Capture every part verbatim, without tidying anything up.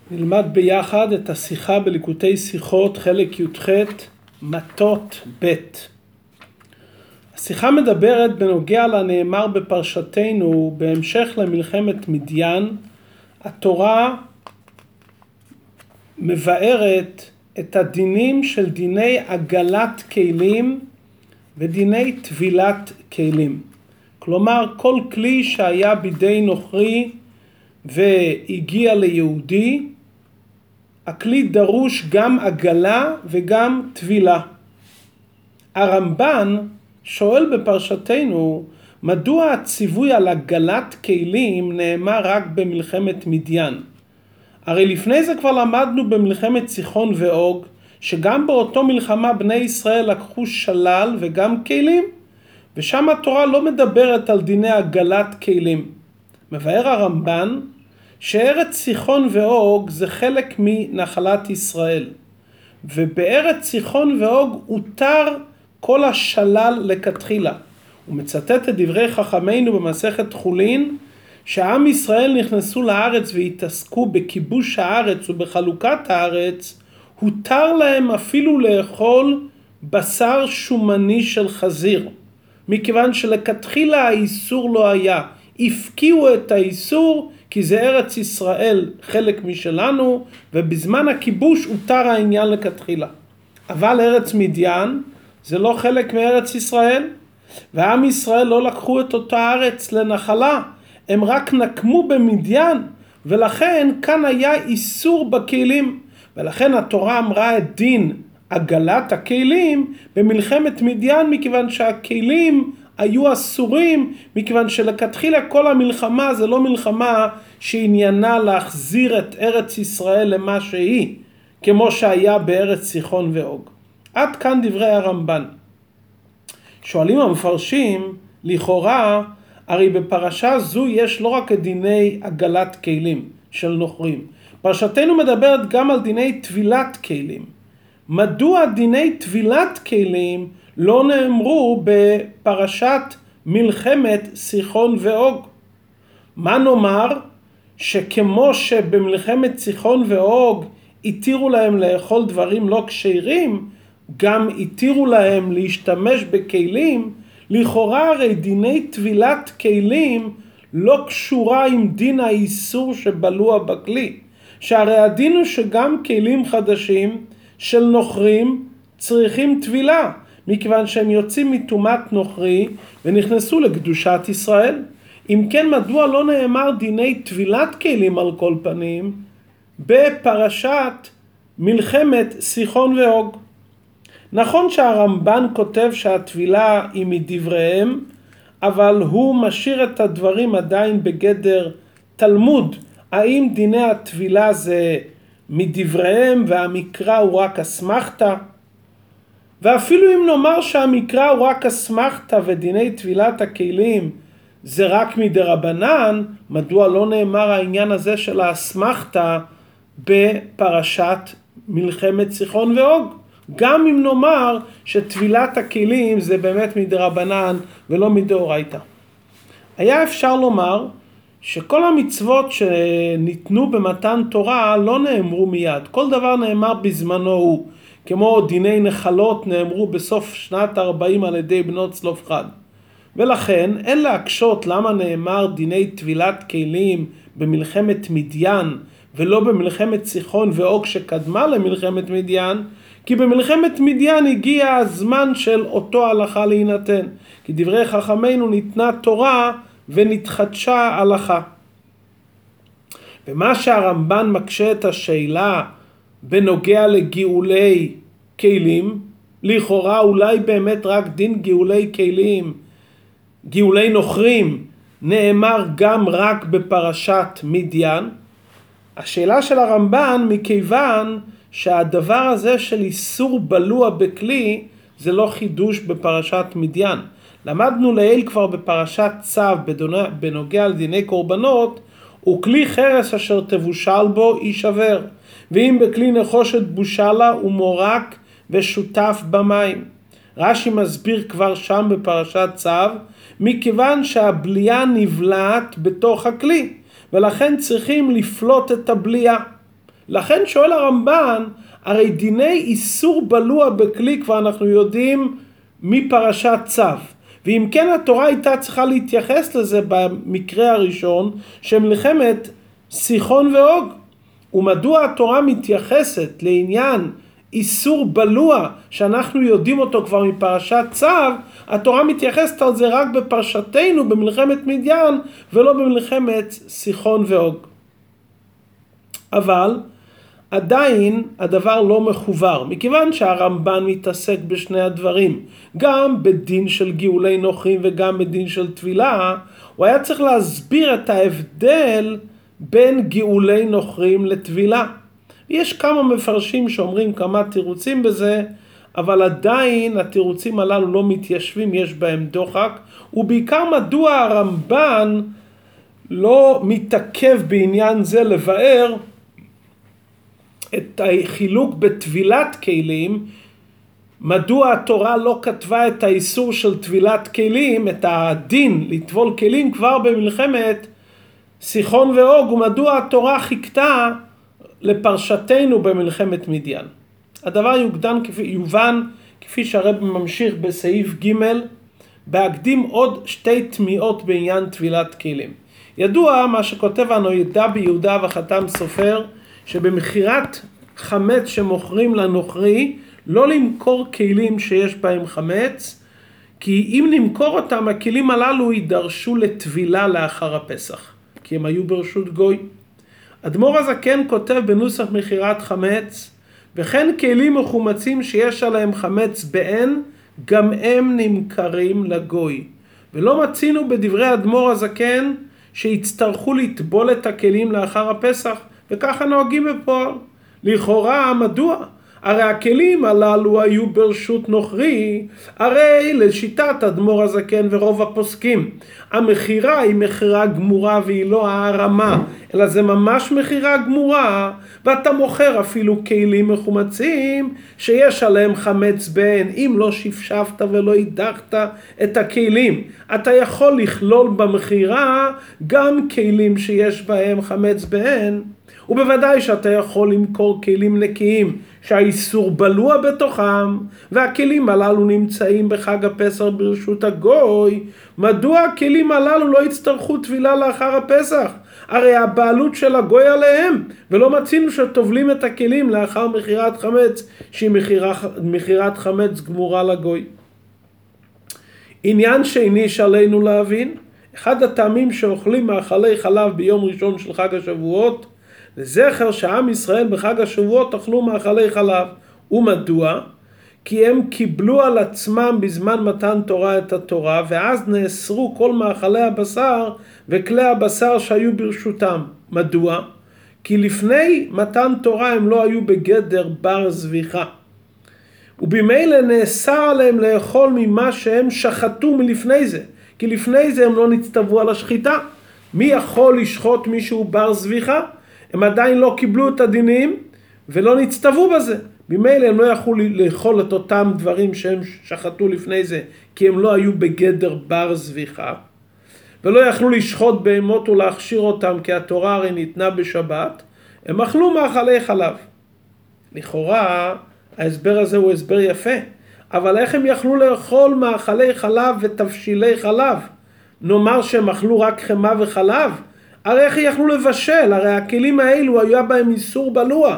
נלמד ביחד את השיחה בליקוטי שיחות חלק י"ח מטות ב'. השיחה מדברת בנוגע לנאמר בפרשתנו בהמשך למלחמת מדיין. התורה מבארת את הדינים של דיני עגלת כלים ודיני טבילת כלים. כלומר, כל כלי שהיה בידי נוכרי והגיע ליהודי, הכלי דרוש גם עגלה וגם טבילה. הרמב"ן שואל בפרשתנו, מדוע הציווי על עגלת כלים נאמר רק במלחמת מדיין? הרי לפני זה כבר למדנו במלחמת סיחון ואוג, שגם באותו מלחמה בני ישראל לקחו שלל וגם כלים, ושם התורה לא מדברת על דיני עגלת כלים. מבאר הרמב"ן שארץ סיחון ואוג זה חלק מנחלת ישראל, ובארץ סיחון ואוג הותר כל השלל לכתחילה. הוא מצטט את דברי חכמינו במסכת חולין, שעם ישראל נכנסו לארץ והתעסקו בכיבוש הארץ ובחלוקת הארץ, הותר להם אפילו לאכול בשר שומני של חזיר, מכיוון שלכתחילה האיסור לא היה. הפקיעו את האיסור כי זה ארץ ישראל חלק משלנו, ובזמן הכיבוש הותר העניין לכתחילה. אבל ארץ מדיין זה לא חלק מארץ ישראל, ועם ישראל לא לקחו את אותה ארץ לנחלה, הם רק נקמו במדיין, ולכן כאן היה איסור בכלים, ולכן התורה אמרה את דין עגלת הכלים במלחמת מדיין, מכיוון שהכלים היו אסורים, מכיוון שלכתחילה כל המלחמה זה לא מלחמה שעניינה להחזיר את ארץ ישראל למה שהיא, כמו שהיה בארץ סיחון ואוג. עד כאן דברי הרמב"ן. שואלים המפרשים, לכאורה, הרי בפרשה זו יש לא רק את דיני עגלת כלים של נוכרים. פרשתנו מדברת גם על דיני טבילת כלים. מדוע דיני טבילת כלים לא נאמרו בפרשת מלחמת סיחון ואוג? מה נאמר? שכמו שבמלחמת סיחון ואוג התירו להם לאכול דברים לא כשרים, גם התירו להם להשתמש בכלים. לכאורה הרי דיני טבילת כלים לא קשורה עם דין האיסור שבלוע בכלי, שהרי הדין הוא שגם כלים חדשים של נוכרים צריכים טבילה, מכיוון שהם יוצאים מטומאת נוכרי ונכנסו לקדושת ישראל. אם כן, מדוע לא נאמר דיני טבילת כלים על כל פנים בפרשת מלחמת סיחון ואוג? נכון שהרמב"ן כותב שהטבילה היא מדבריהם, אבל הוא משאיר את הדברים עדיין בגדר תלמוד. האם דיני הטבילה זה מדבריהם והמקרא הוא רק אסמכתא? ואפילו אם נאמר שהמקרא הוא רק אסמכתא ודיני טבילת הכלים זה רק מדרבנן, מדוע לא נאמר העניין הזה של האסמכתא בפרשת מלחמת סיחון ואוג? גם אם נאמר שטבילת הכלים זה באמת מדרבנן ולא מדאורייתא. היה אפשר לומר שכל המצוות שניתנו במתן תורה לא נאמרו מיד. כל דבר נאמר בזמנו הוא. כמו דיני נחלות נאמרו בסוף שנת ארבעים על ידי בנות צלופחד. ולכן אין להקשות למה נאמר דיני טבילת כלים במלחמת מדיין ולא במלחמת סיחון ואוג שקדמה למלחמת מדיין, כי במלחמת מדיין הגיע הזמן של אותו הלכה להינתן. כי דברי חכמינו ניתנה תורה ונתחדשה הלכה. ומה שהרמב"ן מקשה את השאלה בנוגע לגאולי כלים, לכאורה אולי באמת רק דין גאולי כלים, גאולי נוכרים, נאמר גם רק בפרשת מדיין. השאלה של הרמב"ן, מכיוון שהדבר הזה של איסור בלוע בכלי זה לא חידוש בפרשת מדיין. למדנו לעיל כבר בפרשת צו בנוגע לדיני קורבנות, וכלי חרס אשר תבושל בו יישבר, ואם בכלי נחושת בושלה הוא מורק ושותף במים. רש"י מסביר כבר שם בפרשת צו, מכיוון שהבליעה נבלעת בתוך הכלי, ולכן צריכים לפלוט את הבליעה. לכן שואל הרמב"ן, הרי דיני איסור בלוע בכלי כבר אנחנו יודעים מפרשת צו. ואם כן התורה הייתה צריכה להתייחס לזה במקרה הראשון, שמלחמת סיחון ואוג. ומדוע התורה מתייחסת לעניין איסור בלוע, שאנחנו יודעים אותו כבר מפרשת צו, התורה מתייחסת על זה רק בפרשתנו במלחמת מדיין, ולא במלחמת סיחון ואוג. אבל עדיין הדבר לא מחובר, מכיוון שהרמב"ן מתעסק בשני הדברים, גם בדין של גאולי נוכרים וגם בדין של תבילה, הוא היה צריך להסביר את ההבדל בין גאולי נוכרים לתבילה. יש כמה מפרשים שאומרים כמה תירוצים בזה, אבל עדיין התירוצים הללו לא מתיישבים, יש בהם דוחק, ובעיקר מדוע הרמב"ן לא מתעכב בעניין זה לבאר את החילוק בתבילת כלים, מדוע התורה לא כתבה את האיסור של תבילת כלים, את הדין לטבול כלים כבר במלחמת סיחון ואוג, ומדוע התורה חיכתה לפרשתנו במלחמת מדיין. הדבר יוגדן, יובן כפי שהרב ממשיך בסעיף ג' בהקדים עוד שתי תמיעות בעניין תבילת כלים. ידוע מה שכותב הנוידע ביהודה וחתם סופר, שבמחירת חמץ שמוכרים לנוכרי, לא למכור כלים שיש בהם חמץ, כי אם נמכור אותם, הכלים הללו יידרשו לתבילה לאחר הפסח, כי הם היו ברשות גוי. אדמו"ר הזקן כותב בנוסח מחירת חמץ, וכן כלים מחומצים שיש עליהם חמץ בעין, גם הם נמכרים לגוי. ולא מצינו בדברי אדמו"ר הזקן שיצטרכו לטבול את הכלים לאחר הפסח, וככה נוהגים בפועל. לכאורה, מדוע? הרי הכלים הללו היו ברשות נוכרי, הרי לשיטת אדמו"ר הזקן ורוב הפוסקים, המחירה היא מחירה גמורה והיא לא הערמה, אלא זה ממש מחירה גמורה, ואתה מוכר אפילו כלים מחומצים שיש עליהם חמץ בעין. אם לא שפשפת ולא הדחת את הכלים, אתה יכול לכלול במחירה גם כלים שיש בהם חמץ בעין, ובוודאי שאתה יכול למכור כלים נקיים שהאיסור בלוע בתוכם, והכלים הללו נמצאים בחג הפסח ברשות הגוי. מדוע הכלים הללו לא יצטרכו תבילה לאחר הפסח? הרי הבעלות של הגוי עליהם, ולא מצינו שטובלים את הכלים לאחר מחירת חמץ, שהיא מחירה, מחירת חמץ גמורה לגוי. עניין שני שעלינו להבין, אחד הטעמים שאוכלים מאכלי חלב ביום ראשון של חג השבועות, לזכר שעם ישראל בחג השבועות אכלו מאכלי חלב. ומדוע? כי הם קיבלו על עצמם בזמן מתן תורה את התורה, ואז נאסרו כל מאכלי הבשר וכלי הבשר שהיו ברשותם. מדוע? כי לפני מתן תורה הם לא היו בגדר בר זביחה, ובמילא נאסר עליהם לאכול ממה שהם שחטו מלפני זה, כי לפני זה הם לא נצטוו על השחיטה. מי יכול לשחוט מישהו בר זביחה? הם עדיין לא קיבלו את הדינים ולא נצטוו בזה. במילא הם לא יכולו לאכול את אותם דברים שהם שחטו לפני זה, כי הם לא היו בגדר בר זביחה, ולא יכלו לשחוט בהמות ולהכשיר אותם, כי התורה הרי ניתנה בשבת. הם אכלו מאכלי חלב. לכאורה ההסבר הזה הוא הסבר יפה, אבל איך הם יכלו לאכול מאכלי חלב ותבשילי חלב? נאמר שהם אכלו רק חמה וחלב? הרי איך יכלו לבשל? הרי הכלים האלו היה בהם איסור בלוע.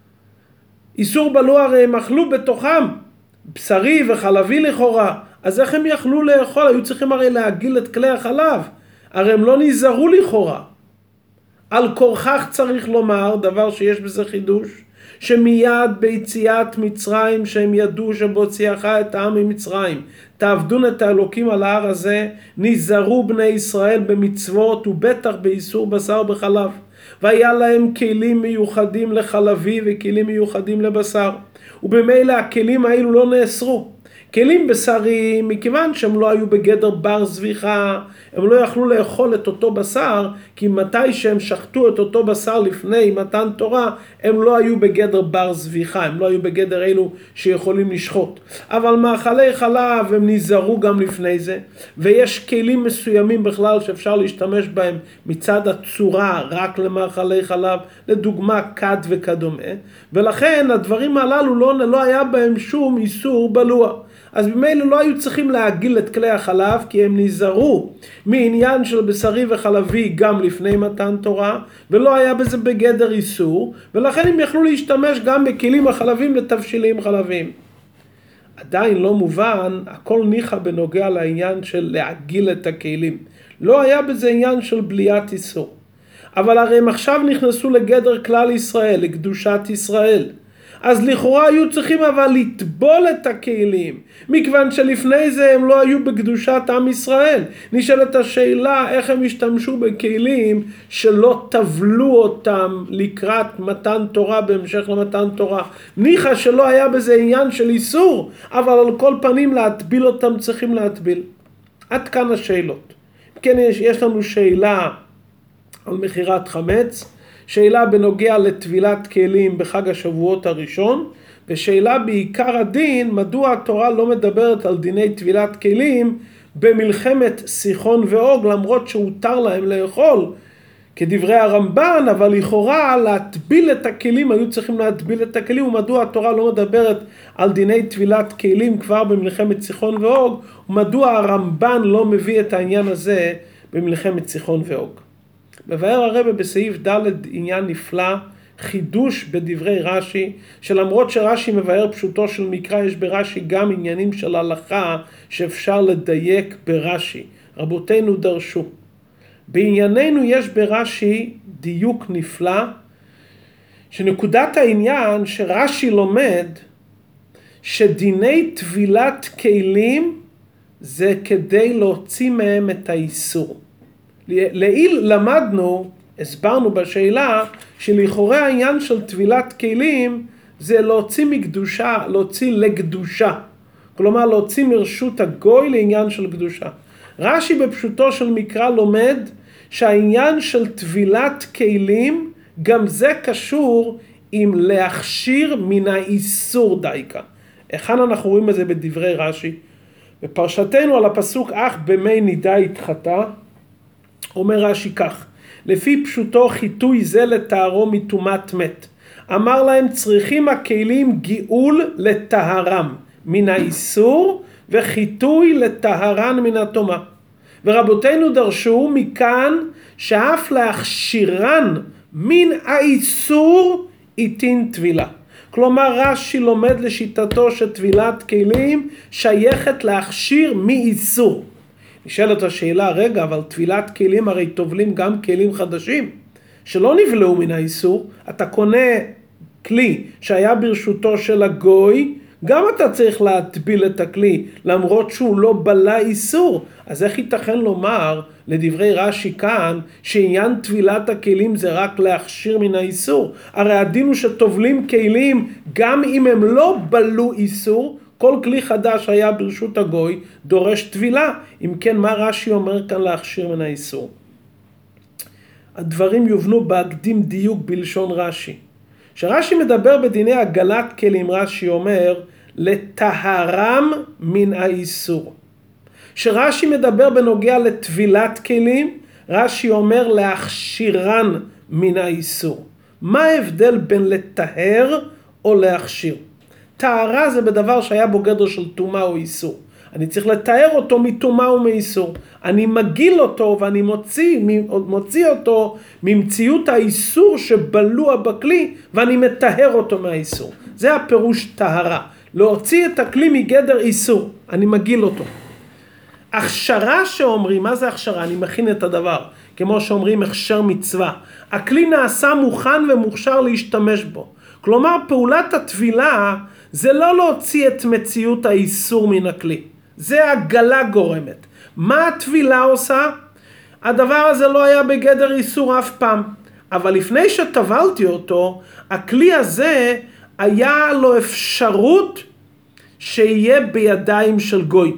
איסור בלוע הרי הם אכלו בתוכם בשרי וחלבי לכאורה. אז איך הם יכלו לאכול? היו צריכים הרי להגיל את כלי החלב. הרי הם לא נזהרו לכאורה. על כורכך צריך לומר, דבר שיש בזה חידוש, שמיד ביציאת מצרים שהם ידעו שבהוציאך את העם ממצרים, תעבדון את האלוקים על ההר הזה, נזהרו בני ישראל במצוות ובטח באיסור בשר בחלב. והיה להם כלים מיוחדים לחלבי וכלים מיוחדים לבשר. ובמילא הכלים האלו לא נאסרו. כלים בשריים, מכיוון שהם לא היו בגדר בר זביחה, הם לא יכלו לאכול את אותו בשר, כי מתי שהם שחטו את אותו בשר לפני מתן תורה, הם לא היו בגדר בר זביחה, הם לא היו בגדר אלו שיכולים לשחוט. אבל מאכלי חלב הם נזהרו גם לפני זה, ויש כלים מסוימים בכלל שאפשר להשתמש בהם מצד הצורה רק למאכלי חלב, לדוגמה כד וכדומה, ולכן הדברים הללו לא, לא היה בהם שום איסור בלוע. אז במילא לא היו צריכים להגיל את כלי החלב, כי הם נזהרו מעניין של בשרי וחלבי גם לפני מתן תורה, ולא היה בזה בגדר איסור, ולכן הם יכלו להשתמש גם בכלים החלבים לתבשילים חלבים. עדיין לא מובן, הכל ניחא בנוגע לעניין של להגיל את הכלים. לא היה בזה עניין של בליית איסור. אבל הרי הם עכשיו נכנסו לגדר כלל ישראל, לקדושת ישראל. אז לכאורה היו צריכים אבל לטבול את הכלים, מכיוון שלפני זה הם לא היו בקדושת עם ישראל. נשאלת השאלה איך הם השתמשו בכלים שלא טבלו אותם לקראת מתן תורה בהמשך למתן תורה. ניחא שלא היה בזה עניין של איסור, אבל על כל פנים להטביל אותם צריכים להטביל. עד כאן השאלות. כן, יש, יש לנו שאלה על מחירת חמץ, שאלה בנוגע לטבילת כלים בחג השבועות הראשון, ושאלה בעיקר הדין, מדוע התורה לא מדברת על דיני טבילת כלים במלחמת סיחון ואוג, למרות שהותר להם לאכול, כדברי הרמב"ן, אבל לכאורה להטביל את הכלים, היו צריכים להטביל את הכלים, ומדוע התורה לא מדברת על דיני טבילת כלים כבר במלחמת סיחון ואוג, ומדוע הרמב"ן לא מביא את העניין הזה במלחמת סיחון ואוג. מבאר הרב בסעיף ד' עניין נפלא, חידוש בדברי רש"י, שלמרות שרש"י מבאר פשוטו של מקרא, יש ברש"י גם עניינים של הלכה שאפשר לדייק ברש"י. רבותינו דרשו. בענייננו יש ברש"י דיוק נפלא, שנקודת העניין שרש"י לומד שדיני טבילת כלים זה כדי להוציא מהם את האיסור. לעיל למדנו, הסברנו בשאלה, שלכאורה העניין של טבילת כלים זה להוציא מקדושה, להוציא לקדושה. כלומר להוציא מרשות הגוי לעניין של קדושה. רש"י בפשוטו של מקרא לומד שהעניין של טבילת כלים גם זה קשור עם להכשיר מן האיסור דייקה. היכן אנחנו רואים את זה בדברי רש"י? בפרשתנו על הפסוק אך במי נידה התחטא, אומר רש"י כך, לפי פשוטו חיטוי זה לטהרו מטומאת מת. אמר להם צריכים הכלים גיאול לטהרם מן האיסור וחיטוי לטהרן מן הטומאה. ורבותינו דרשו מכאן שאף להכשירן מן האיסור איתין טבילה. כלומר רש"י לומד לשיטתו שטבילת כלים שייכת להכשיר מאיסור. נשאלת השאלה, רגע, אבל טבילת כלים הרי טובלים גם כלים חדשים שלא נבלעו מן האיסור. אתה קונה כלי שהיה ברשותו של הגוי, גם אתה צריך להטביל את הכלי למרות שהוא לא בלע איסור. אז איך ייתכן לומר לדברי רש"י כאן שעניין טבילת הכלים זה רק להכשיר מן האיסור? הרי הדין הוא שטובלים כלים גם אם הם לא בלעו איסור. כל כלי חדש היה ברשות הגוי דורש טבילה. אם כן, מה רש"י אומר כאן להכשיר מן האיסור? הדברים יובנו בהקדים דיוק בלשון רש"י. שרש"י מדבר בדיני הגלת כלים, רש"י אומר לטהרם מן האיסור. שרש"י מדבר בנוגע לטבילת כלים, רש"י אומר להכשירן מן האיסור. מה ההבדל בין לטהר או להכשיר? טהרה זה בדבר שהיה בו גדר של טומאה או איסור. אני צריך לטהר אותו מטומאה ומאיסור. אני מגיל אותו ואני מוציא, מוציא אותו ממציאות האיסור שבלוע בכלי, ואני מטהר אותו מהאיסור. זה הפירוש טהרה. להוציא את הכלי מגדר איסור. אני מגיל אותו. הכשרה שאומרים, מה זה הכשרה? אני מכין את הדבר. כמו שאומרים הכשר מצווה. הכלי נעשה מוכן ומוכשר להשתמש בו. כלומר פעולת הטבילה זה לא להוציא את מציאות האיסור מן הכלי. זה הגלה גורמת. מה הטבילה עושה? הדבר הזה לא היה בגדר איסור אף פעם. אבל לפני שטבלתי אותו, הכלי הזה היה לו אפשרות שיהיה בידיים של גוי.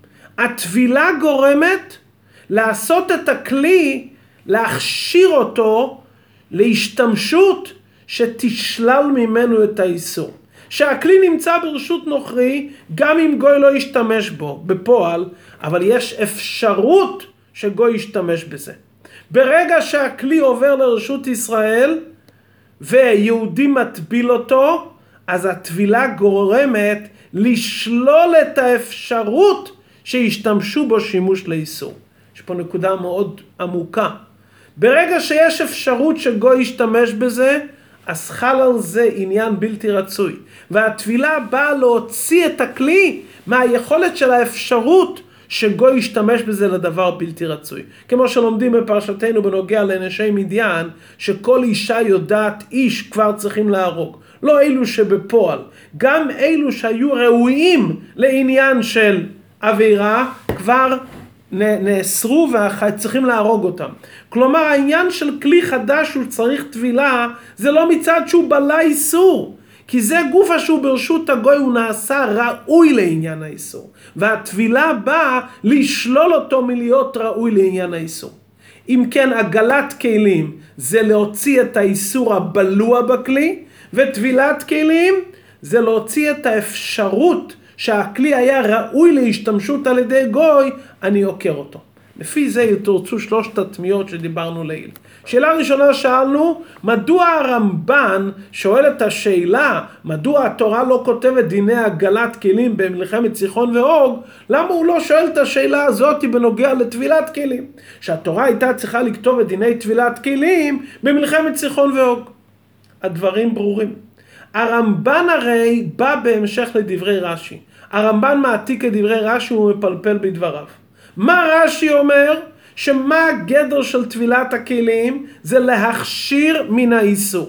הטבילה גורמת לעשות את הכלי, להכשיר אותו להשתמשות שתשלל ממנו את האיסור. שהכלי נמצא ברשות נוכרי, גם אם גוי לא ישתמש בו בפועל, אבל יש אפשרות שגוי ישתמש בזה. ברגע שהכלי עובר לרשות ישראל, ויהודי מטביל אותו, אז הטבילה גורמת לשלול את האפשרות שישתמשו בו שימוש לאיסור. יש פה נקודה מאוד עמוקה. ברגע שיש אפשרות שגוי ישתמש בזה, אז חל על זה עניין בלתי רצוי. והטבילה באה להוציא את הכלי מהיכולת של האפשרות שגוי ישתמש בזה לדבר בלתי רצוי. כמו שלומדים בפרשתנו בנוגע לנשי מדיין, שכל אישה יודעת איש כבר צריכים להרוג. לא אלו שבפועל, גם אלו שהיו ראויים לעניין של עבירה, כבר נאסרו וצריכים להרוג אותם. כלומר, העניין של כלי חדש שהוא צריך טבילה, זה לא מצד שהוא בלה איסור. כי זה גופה שהוא ברשות הגוי, הוא נעשה ראוי לעניין האיסור. והטבילה באה לשלול אותו מלהיות ראוי לעניין האיסור. אם כן, עגלת כלים זה להוציא את האיסור הבלוע בכלי, וטבילת כלים זה להוציא את האפשרות שהכלי היה ראוי להשתמשות על ידי גוי, אני עוקר אותו. לפי זה יתורצו שלושת התמיהות שדיברנו לעיל. שאלה ראשונה שאלנו, מדוע הרמב"ן שואל את השאלה, מדוע התורה לא כותבת דיני עגלת כלים במלחמת סיחון ואוג, למה הוא לא שואל את השאלה הזאת בנוגע לטבילת כלים? שהתורה הייתה צריכה לכתוב את דיני טבילת כלים במלחמת סיחון ואוג. הדברים ברורים. הרמב"ן הרי בא בהמשך לדברי רש"י. הרמב"ן מעתיק את דברי רש"י ומפלפל בדבריו. מה רש"י אומר? שמה הגדר של טבילת הכלים? זה להכשיר מן האיסור.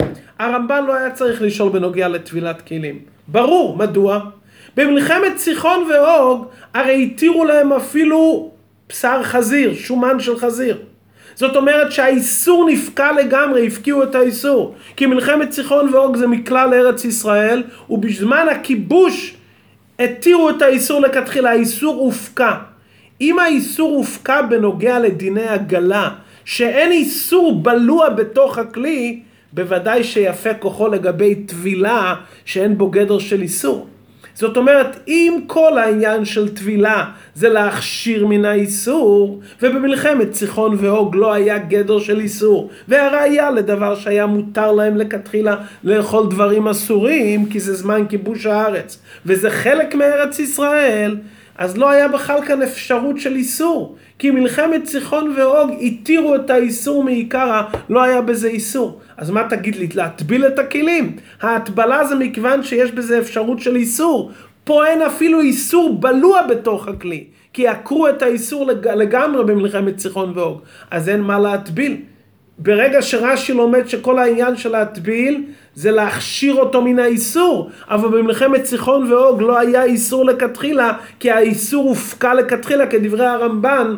הרמב"ן לא היה צריך לשאול בנוגע לטבילת כלים. ברור, מדוע? במלחמת סיחון ואוג הרי התירו להם אפילו בשר חזיר, שומן של חזיר. זאת אומרת שהאיסור נפקע לגמרי, הפקיעו את האיסור. כי מלחמת סיחון ואוג זה מכלל ארץ ישראל, ובזמן הכיבוש התירו את האיסור לכתחילה, האיסור הופקע. אם האיסור הופקע בנוגע לדיני עגלה, שאין איסור בלוע בתוך הכלי, בוודאי שיפה כוחו לגבי טבילה שאין בו גדר של איסור. זאת אומרת, אם כל העניין של טבילה זה להכשיר מן האיסור, ובמלחמת סיחון ואוג לא היה גדר של איסור, והראיה לדבר שהיה מותר להם לכתחילה לאכול דברים אסורים, כי זה זמן כיבוש הארץ, וזה חלק מארץ ישראל, אז לא היה בכלל כאן אפשרות של איסור, כי מלחמת סיחון ואוג התירו את האיסור מעיקרה, לא היה בזה איסור. אז מה תגיד לי? להטביל את הכלים. ההטבלה זה מכיוון שיש בזה אפשרות של איסור. פה אין אפילו איסור בלוע בתוך הכלי, כי עקרו את האיסור לג... לגמרי במלחמת סיחון ואוג. אז אין מה להטביל. ברגע שרש"י לומד שכל העניין של להטביל זה להכשיר אותו מן האיסור, אבל במלחמת סיחון ואוג לא היה איסור לכתחילה, כי האיסור הופקע לכתחילה כדברי הרמב"ן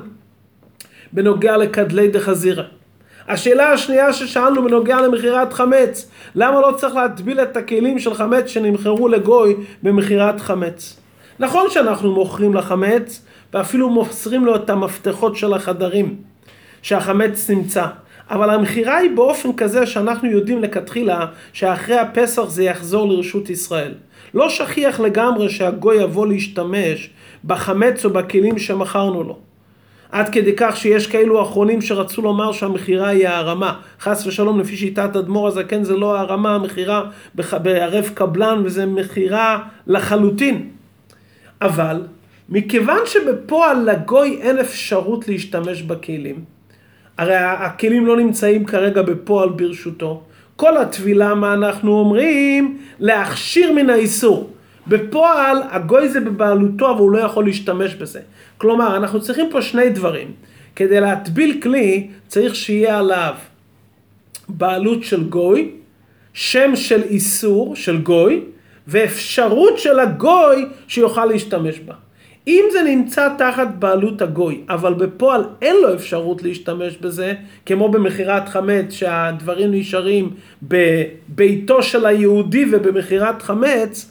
בנוגע לכדלי דחזירה. השאלה השנייה ששאלנו בנוגע למחירת חמץ, למה לא צריך להטביל את הכלים של חמץ שנמכרו לגוי במחירת חמץ? נכון שאנחנו מוכרים לחמץ ואפילו מוסרים לו את המפתחות של החדרים שהחמץ נמצא, אבל המחירה היא באופן כזה שאנחנו יודעים לכתחילה שאחרי הפסח זה יחזור לרשות ישראל. לא שכיח לגמרי שהגוי יבוא להשתמש בחמץ או בכלים שמכרנו לו. עד כדי כך שיש כאלו אחרונים שרצו לומר שהמחירה היא הערמה. חס ושלום, לפי שיטת אדמו"ר הזקן זה לא הערמה, המחירה בערב קבלן, וזה מחירה לחלוטין. אבל מכיוון שבפועל לגוי אין אפשרות להשתמש בכלים, הרי הכלים לא נמצאים כרגע בפועל ברשותו, כל הטבילה מה אנחנו אומרים? להכשיר מן האיסור. בפועל הגוי זה בבעלותו, אבל הוא לא יכול להשתמש בזה. כלומר, אנחנו צריכים פה שני דברים. כדי להטביל כלי צריך שיהיה עליו בעלות של גוי, שם של איסור של גוי, ואפשרות של הגוי שיוכל להשתמש בה. אם זה נמצא תחת בעלות הגוי, אבל בפועל אין לו אפשרות להשתמש בזה, כמו במחירת חמץ שהדברים נשארים בביתו של היהודי ובמחירת חמץ,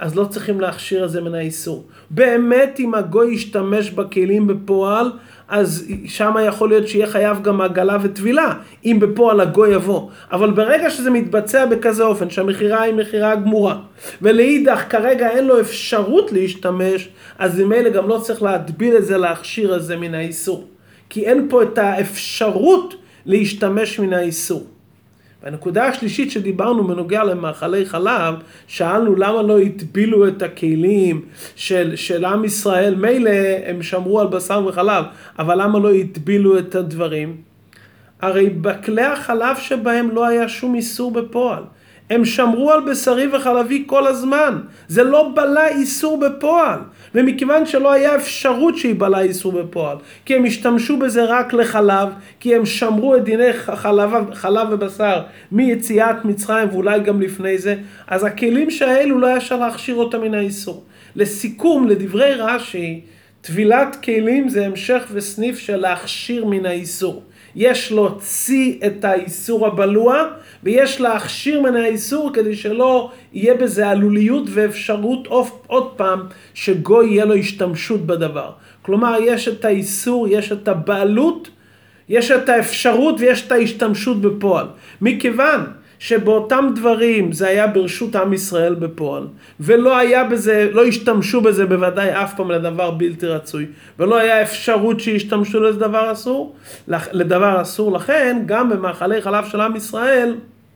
אז לא צריכים להכשיר את זה מן האיסור. באמת אם הגוי ישתמש בכלים בפועל, אז שם יכול להיות שיהיה חייב גם עגלה וטבילה, אם בפועל הגוי יבוא. אבל ברגע שזה מתבצע בכזה אופן, שהמחירה היא מחירה גמורה, ולאידך כרגע אין לו אפשרות להשתמש, אז ממילא גם לא צריך להטביל את זה, להכשיר את זה מן האיסור. כי אין פה את האפשרות להשתמש מן האיסור. והנקודה השלישית שדיברנו בנוגע למאכלי חלב, שאלנו למה לא הטבילו את הכלים של, של עם ישראל, מילא הם שמרו על בשר וחלב, אבל למה לא הטבילו את הדברים? הרי בכלי החלב שבהם לא היה שום איסור בפועל. הם שמרו על בשרי וחלבי כל הזמן. זה לא בלה איסור בפועל. ומכיוון שלא היה אפשרות שהיא בלה איסור בפועל, כי הם השתמשו בזה רק לחלב, כי הם שמרו את דיני חלב, חלב ובשר מיציאת מצרים ואולי גם לפני זה, אז הכלים שהאלו לא היה אפשר להכשיר אותם מן האיסור. לסיכום, לדברי רש"י, טבילת כלים זה המשך וסניף של להכשיר מן האיסור. יש להוציא את האיסור הבלוע, ויש להכשיר מן האיסור כדי שלא יהיה בזה עלוליות ואפשרות עוד פעם שגוי יהיה לו השתמשות בדבר. כלומר, יש את האיסור, יש את הבעלות, יש את האפשרות ויש את ההשתמשות בפועל. מכיוון שבאותם דברים זה היה ברשות עם ישראל בפועל, ולא היה בזה, לא השתמשו בזה בוודאי אף פעם לדבר בלתי רצוי, ולא היה אפשרות שישתמשו לזה דבר אסור, לדבר אסור, לכן גם במאכלי חלב של עם ישראל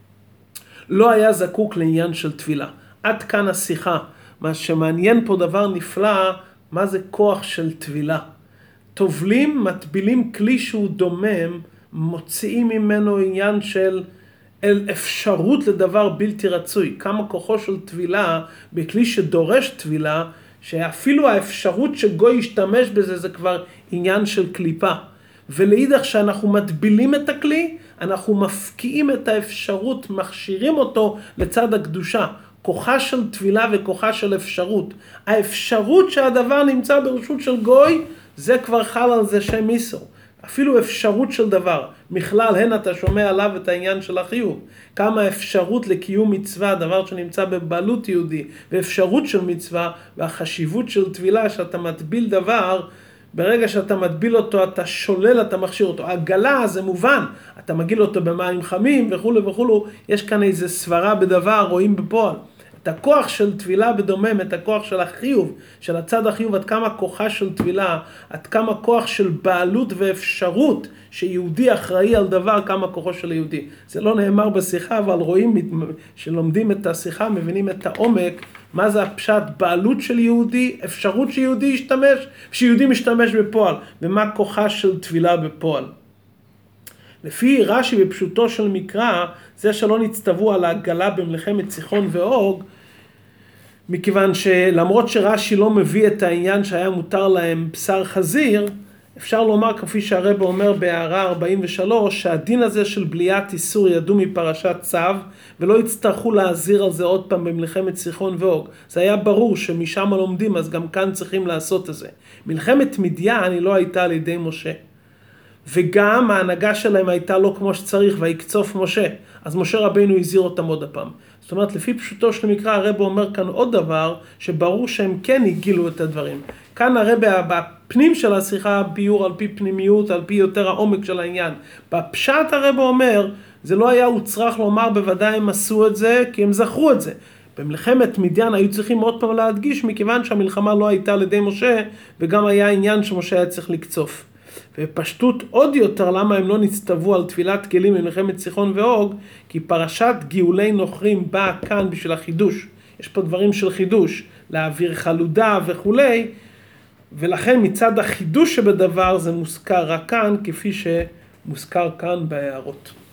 לא היה זקוק לעניין של תפילה. עד כאן השיחה. מה שמעניין פה דבר נפלא, מה זה כוח של תפילה. טובלים, מטבילים כלי שהוא דומם, מוציאים ממנו עניין של אל אפשרות לדבר בלתי רצוי. כמה כוחו של תבילה בכלי שדורש תבילה, שאפילו האפשרות שגוי ישתמש בזה זה כבר עניין של קליפה. ולאידך שאנחנו מטבילים את הכלי, אנחנו מפקיעים את האפשרות, מכשירים אותו לצד הקדושה. כוחה של תבילה וכוחה של אפשרות. האפשרות שהדבר נמצא ברשות של גוי, זה כבר חל על זה שם איסור. אפילו אפשרות של דבר, מכלל הן אתה שומע עליו את העניין של החיוב. כמה אפשרות לקיום מצווה, דבר שנמצא בבעלות יהודי, ואפשרות של מצווה, והחשיבות של תבילה שאתה מטביל דבר, ברגע שאתה מטביל אותו, אתה שולל, אתה מכשיר אותו. עגלה זה מובן, אתה מגיל אותו במים חמים וכו' וכו', יש כאן איזה סברה בדבר, רואים בפועל. את הכוח של תבילה בדומם, את הכוח של החיוב, של הצד החיוב, עד כמה כוחה של תבילה, עד כמה כוח של בעלות ואפשרות שיהודי אחראי על דבר, כמה כוחו של יהודי. זה לא נאמר בשיחה, אבל רואים שלומדים את השיחה, מבינים את העומק, מה זה הפשט בעלות של יהודי, אפשרות שיהודי ישתמש, שיהודי משתמש בפועל, ומה כוחה של תבילה בפועל. לפי רש"י בפשוטו של מקרא, זה שלא נצטוו על העגלה במלחמת סיחון ואוג, מכיוון שלמרות שרש"י לא מביא את העניין שהיה מותר להם בשר חזיר, אפשר לומר כפי שהרב אומר בהערה ארבעים ושלוש, שהדין הזה של בליעת איסור ידעו מפרשת צו, ולא יצטרכו להזהיר על זה עוד פעם במלחמת סיחון ואוג. זה היה ברור שמשם לומדים, אז גם כאן צריכים לעשות את זה. מלחמת מדיין היא לא הייתה על ידי משה. וגם ההנהגה שלהם הייתה לא כמו שצריך, ויקצוף משה. אז משה רבינו הזהיר אותם עוד הפעם. זאת אומרת, לפי פשוטו של מקרא, הרב אומר כאן עוד דבר, שברור שהם כן הגילו את הדברים. כאן הרב בפנים של השיחה, ביור על פי פנימיות, על פי יותר העומק של העניין. בפשט הרב אומר, זה לא היה הוצרך לומר, בוודאי הם עשו את זה, כי הם זכרו את זה. במלחמת מדיין היו צריכים עוד פעם להדגיש, מכיוון שהמלחמה לא הייתה על ידי משה, וגם היה עניין שמשה היה צריך לקצוף. ופשטות עוד יותר למה הם לא נצטוו על תפילת כלים במלחמת סיחון ואוג, כי פרשת גאולי נוכרים באה כאן בשביל החידוש. יש פה דברים של חידוש, להעביר חלודה וכולי, ולכן מצד החידוש שבדבר זה מוזכר רק כאן, כפי שמוזכר כאן בהערות.